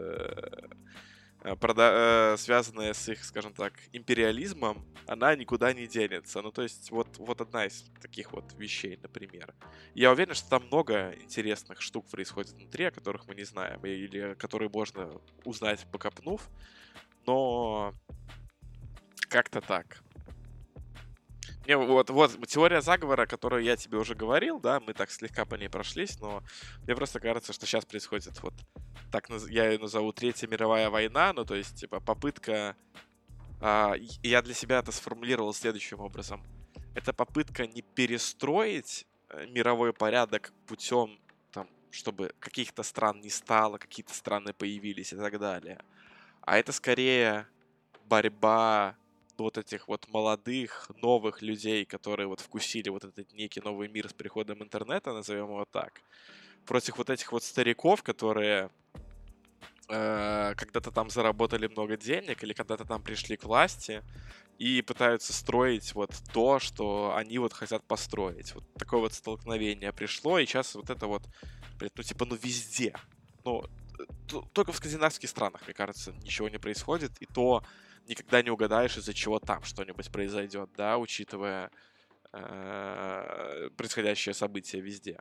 связанная с их, скажем так, империализмом, она никуда не денется. Ну, то есть, вот одна из таких вот вещей, например. Я уверен, что там много интересных штук происходит внутри, о которых мы не знаем, или которые можно узнать, покопнув, но как-то так. Не, вот теория заговора, которую я тебе уже говорил, да, мы так слегка по ней прошлись, но мне просто кажется, что сейчас происходит вот так, я ее назову Третья мировая война, ну, то есть, типа, попытка... я для себя это сформулировал следующим образом. Это попытка не перестроить мировой порядок путем, там, чтобы каких-то стран не стало, какие-то страны появились и так далее. А это скорее борьба вот этих вот молодых, новых людей, которые вот вкусили вот этот некий новый мир с приходом интернета, назовем его так, против вот этих вот стариков, которые когда-то там заработали много денег или когда-то там пришли к власти и пытаются строить вот то, что они вот хотят построить. Вот такое вот столкновение пришло, и сейчас вот это вот, ну типа, ну везде. Ну, только в скандинавских странах, мне кажется, ничего не происходит, и то никогда не угадаешь, из-за чего там что-нибудь произойдет, да, учитывая происходящее событие везде.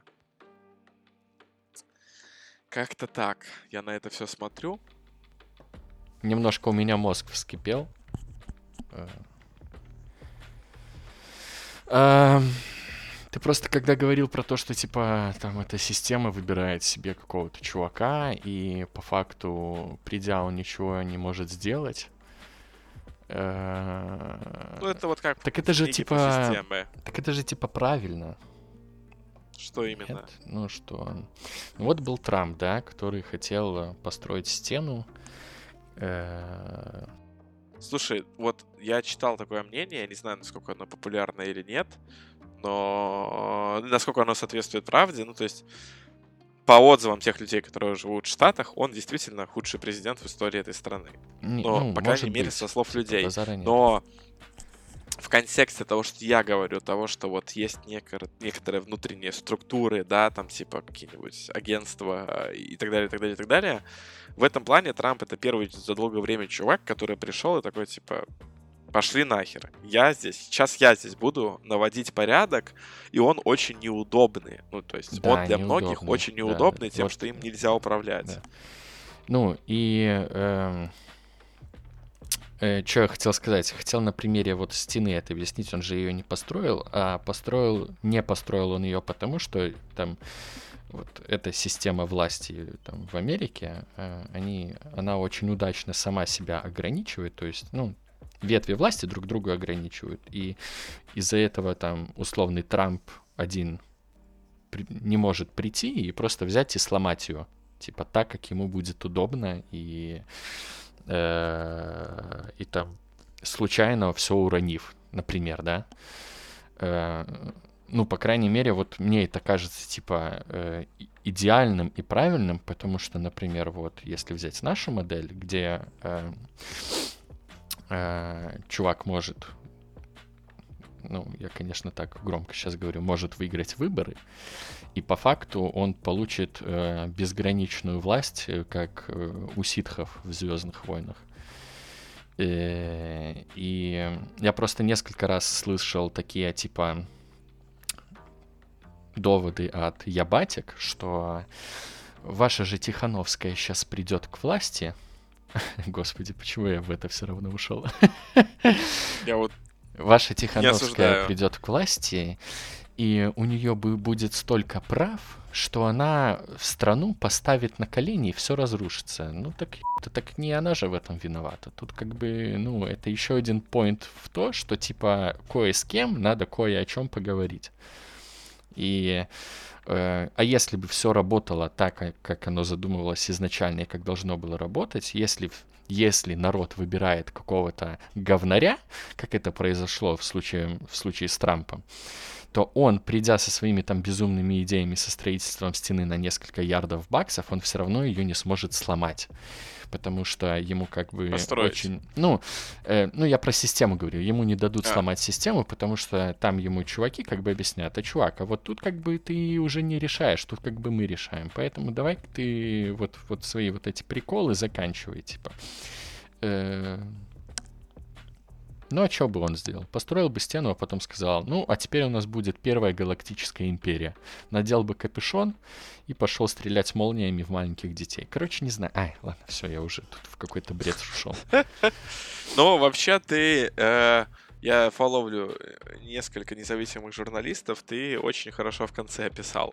Как-то так. Я на это все смотрю. Немножко у меня мозг вскипел. Ты просто когда говорил про то, что типа там эта система выбирает себе какого-то чувака, и по факту, придя, он ничего не может сделать. Ну, это вот как Так это же книги типа. про системы. Так это же типа правильно. Что именно? Нет? Ну что? Ну, вот был Трамп, да, который хотел построить стену. Слушай, вот я читал такое мнение, я не знаю, насколько оно популярно или нет, но насколько оно соответствует правде. Ну, то есть, по отзывам тех людей, которые живут в Штатах, он действительно худший президент в истории этой страны. Но, Ну, по крайней может мере, быть, со слов типа, людей. базара нет. Но в контексте того, что я говорю, того, что вот есть некоторые внутренние структуры, да, там типа какие-нибудь агентства и так далее, и так далее, и так далее, в этом плане Трамп — это первый за долгое время чувак, который пришел и такой, типа, пошли нахер. Сейчас я здесь буду наводить порядок, и он очень неудобный. Ну, то есть Да, он для многих неудобный, очень да, неудобный тем, вот, что им нельзя управлять. да. Ну, и Что я хотел сказать? Хотел на примере вот стены это объяснить. Он же ее не построил, а не построил он ее потому, что там вот эта система власти там в Америке, она очень удачно сама себя ограничивает, то есть, ну, ветви власти друг друга ограничивают, и из-за этого там условный Трамп один не может прийти и просто взять и сломать ее, типа так, как ему будет удобно, и там случайно все уронив, например, да. Ну, по крайней мере, вот мне это кажется, типа, идеальным и правильным, потому что, например, вот, если взять нашу модель, где чувак может, ну, я, конечно, так громко сейчас говорю, может выиграть выборы, и по факту он получит безграничную власть, как у ситхов в «Звездных войнах». И я просто несколько раз слышал такие, типа, доводы от ябатик, что ваша же Тихановская сейчас придет к власти. Господи, почему я в это все равно ушел? Я вот Ваша не Тихановская осуждаю. придет к власти, и у нее будет столько прав, что она страну поставит на колени и все разрушится. Ну так это так не она же в этом виновата. Тут как бы, ну, это еще один поинт в то, что типа кое с кем надо кое о чем поговорить. И а если бы все работало так, как оно задумывалось изначально и как должно было работать, если народ выбирает какого-то говнаря, как это произошло в случае с Трампом, то он, придя со своими там безумными идеями со строительством стены на несколько ярдов баксов, он все равно ее не сможет сломать. Потому что ему как бы Построить. очень... Ну, я про систему говорю. Ему не дадут А. сломать систему, потому что там ему чуваки как бы объяснят: а чувак, а вот тут как бы ты уже не решаешь, тут как бы мы решаем. Поэтому давай ты вот свои вот эти приколы заканчивай, типа. Ну, а что бы он сделал? Построил бы стену, а потом сказал: ну, а теперь у нас будет первая галактическая империя. Надел бы капюшон и пошел стрелять молниями в маленьких детей. Короче, не знаю. Ай, ладно, все, я уже тут в какой-то бред ушел. Ну, вообще ты... Я фоловлю несколько независимых журналистов, ты очень хорошо в конце описал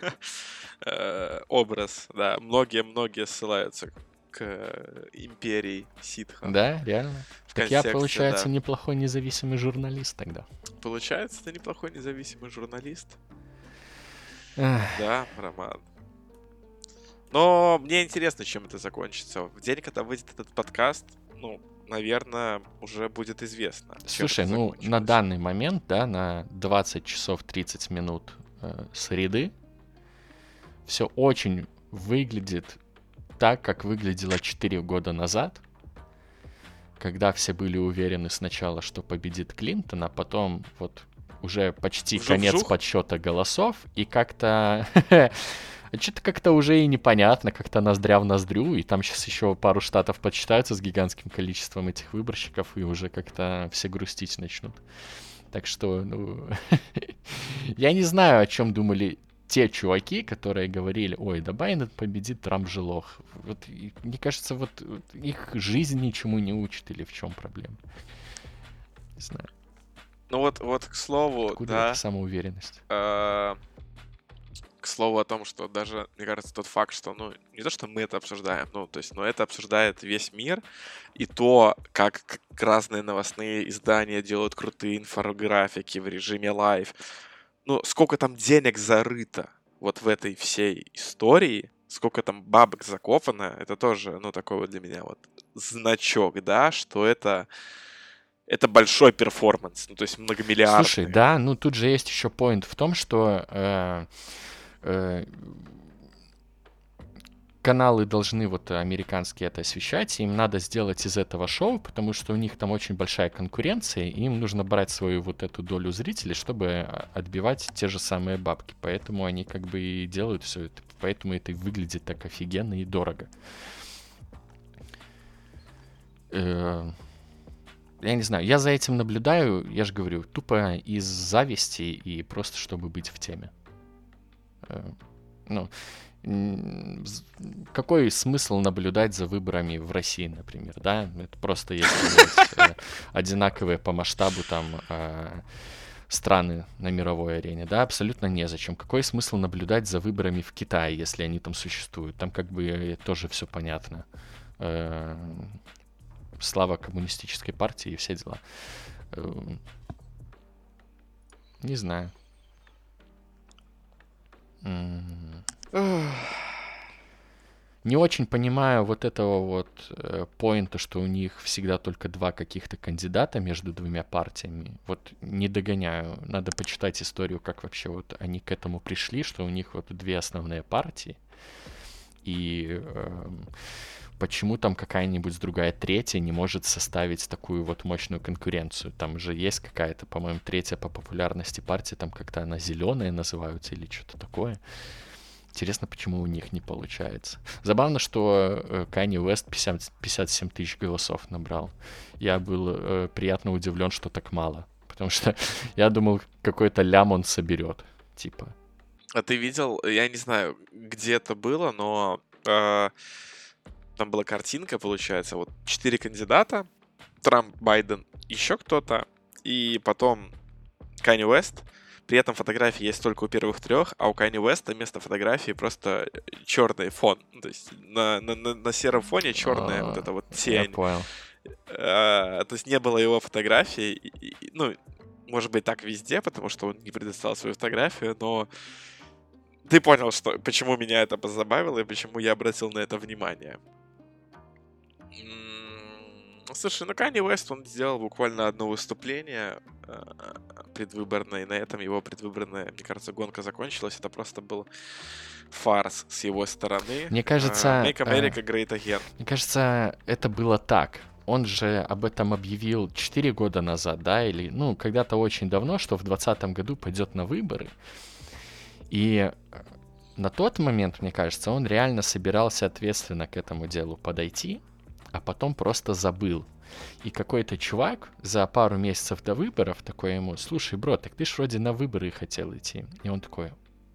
образ, да. Многие ссылаются к империи ситхов. Да, реально. В Так я, контексте, получается, да. неплохой независимый журналист тогда. Получается, ты неплохой независимый журналист. Ах, Да, Роман. Но мне интересно, чем это закончится. В день, когда выйдет этот подкаст, ну, наверное, уже будет известно, чем Слушай, это ну, на закончилось. данный момент, да, на 20 часов 30 минут среды все очень выглядит так, как выглядело 4 года назад, когда все были уверены сначала, что победит Клинтон, а потом вот уже почти конец Вжух-вжух? подсчета голосов, и как-то что-то как-то уже и непонятно, как-то ноздря в ноздрю, и там сейчас еще пару штатов подсчитаются с гигантским количеством этих выборщиков, и уже как-то все грустить начнут. Так что, ну, я не знаю, о чем думали те чуваки, которые говорили: ой, да Байден победит, Трамп же лох. Вот, мне кажется, вот их жизнь ничему не учит, или в чем проблема? Не знаю. Ну вот, к слову, Откуда да, эта самоуверенность? к слову о том, что даже, мне кажется, тот факт, что, ну, не то, что мы это обсуждаем, ну, то есть, но это обсуждает весь мир, и то, как разные новостные издания делают крутые инфографики в режиме лайв, ну, сколько там денег зарыто вот в этой всей истории, сколько там бабок закопано, это тоже, ну, такой вот для меня вот значок, да, что это большой перформанс, ну, то есть многомиллиардный. Слушай, да, ну тут же есть еще поинт в том, что каналы должны вот американские это освещать, и им надо сделать из этого шоу, потому что у них там очень большая конкуренция, и им нужно брать свою вот эту долю зрителей, чтобы отбивать те же самые бабки. Поэтому они как бы и делают все это, поэтому это выглядит так офигенно и дорого. Я не знаю, я за этим наблюдаю, я же говорю, тупо из зависти и просто чтобы быть в теме. ну, какой смысл наблюдать за выборами в России, например, да? Это просто если есть одинаковые по масштабу там страны на мировой арене, да, абсолютно незачем. Какой смысл наблюдать за выборами в Китае, если они там существуют? Там как бы тоже все понятно. Слава коммунистической партии и все дела. Не знаю. Не очень понимаю вот этого вот поинта, что у них всегда только два каких-то кандидата между двумя партиями. Вот не догоняю. Надо почитать историю, как вообще вот они к этому пришли, что у них вот две основные партии. И почему там какая-нибудь другая третья не может составить такую вот мощную конкуренцию? Там же есть какая-то, по-моему, третья по популярности партия, там как-то она зеленая называются или что-то такое. Интересно, почему у них не получается. Забавно, что Канье Уэст 57 тысяч голосов набрал. Я был приятно удивлен, что так мало. Потому что я думал, какой-то лям он соберет. Типа. А ты видел, я не знаю, где это было, но там была картинка, получается, вот 4 кандидата. Трамп, Байден, еще кто-то. И потом Канье Уэст. При этом фотографии есть только у первых 3, а у Канье Уэста вместо фотографии просто черный фон. То есть на сером фоне черная вот эта вот тень. Я понял. То есть не было его фотографии. Ну, может быть, так везде, потому что он не предоставил свою фотографию, но ты понял, что, почему меня это позабавило и почему я обратил на это внимание. Слушай, ну Канье Уэст, он сделал буквально одно выступление предвыборное, и на этом его предвыборная, мне кажется, гонка закончилась. Это просто был фарс с его стороны. Мне кажется... Make America Great Again. Мне кажется, это было так. Он же об этом объявил 4 года назад, да, или, ну, когда-то очень давно, что в 2020 году пойдет на выборы. И на тот момент, мне кажется, он реально собирался ответственно к этому делу подойти, а потом просто забыл. И какой-то чувак за пару месяцев до выборов такой ему: слушай, бро, так ты ж вроде на выборы хотел идти. И он такой: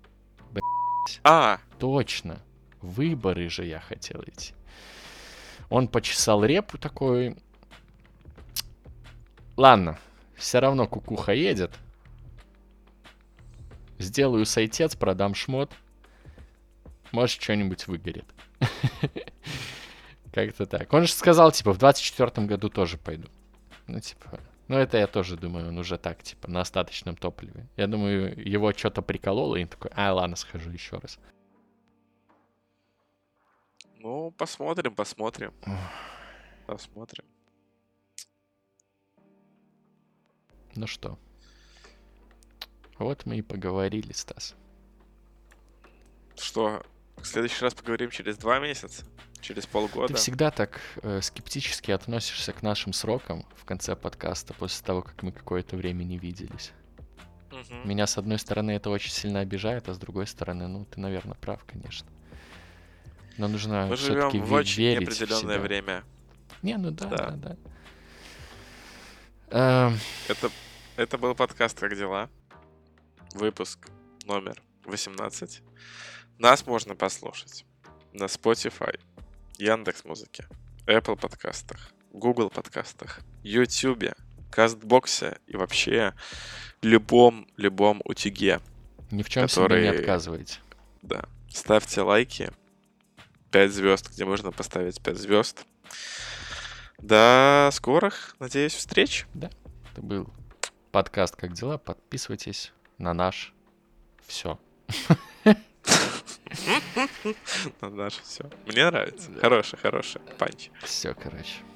точно, выборы же я хотел идти. Он почесал репу такой: ладно, все равно кукуха едет. Сделаю сайтец, продам шмот. Может, что-нибудь выгорит. Как-то так. Он же сказал, типа, в 24-м году тоже пойду. Ну, типа, ну, это я тоже думаю, он уже так, типа, на остаточном топливе. Я думаю, его что-то прикололо, и он такой: ладно, схожу еще раз. Ну, посмотрим. Посмотрим. Ну что, вот мы и поговорили, Стас. Что, в следующий раз поговорим через 2 месяца? Через полгода? Ты всегда так скептически относишься к нашим срокам в конце подкаста, после того, как мы какое-то время не виделись. Угу. Меня, с одной стороны, это очень сильно обижает, а с другой стороны, ну, ты, наверное, прав, конечно. Но нужно Мы все-таки живем в очень верить неопределенное в себя. время. Не, ну да. Это был подкаст «Как дела?». Выпуск номер 18. Нас можно послушать на Spotify, Яндекс.Музыке, Apple подкастах, Google подкастах, YouTube, Кастбоксе и вообще любом утюге. Ни в чем себе не отказывайте. Да. Ставьте лайки. 5 звезд, где можно поставить 5 звезд. До скорых, надеюсь, встреч. Да, это был подкаст «Как дела?». Подписывайтесь на наш все. На наш все. Мне нравится. Хороший панч. Все, короче.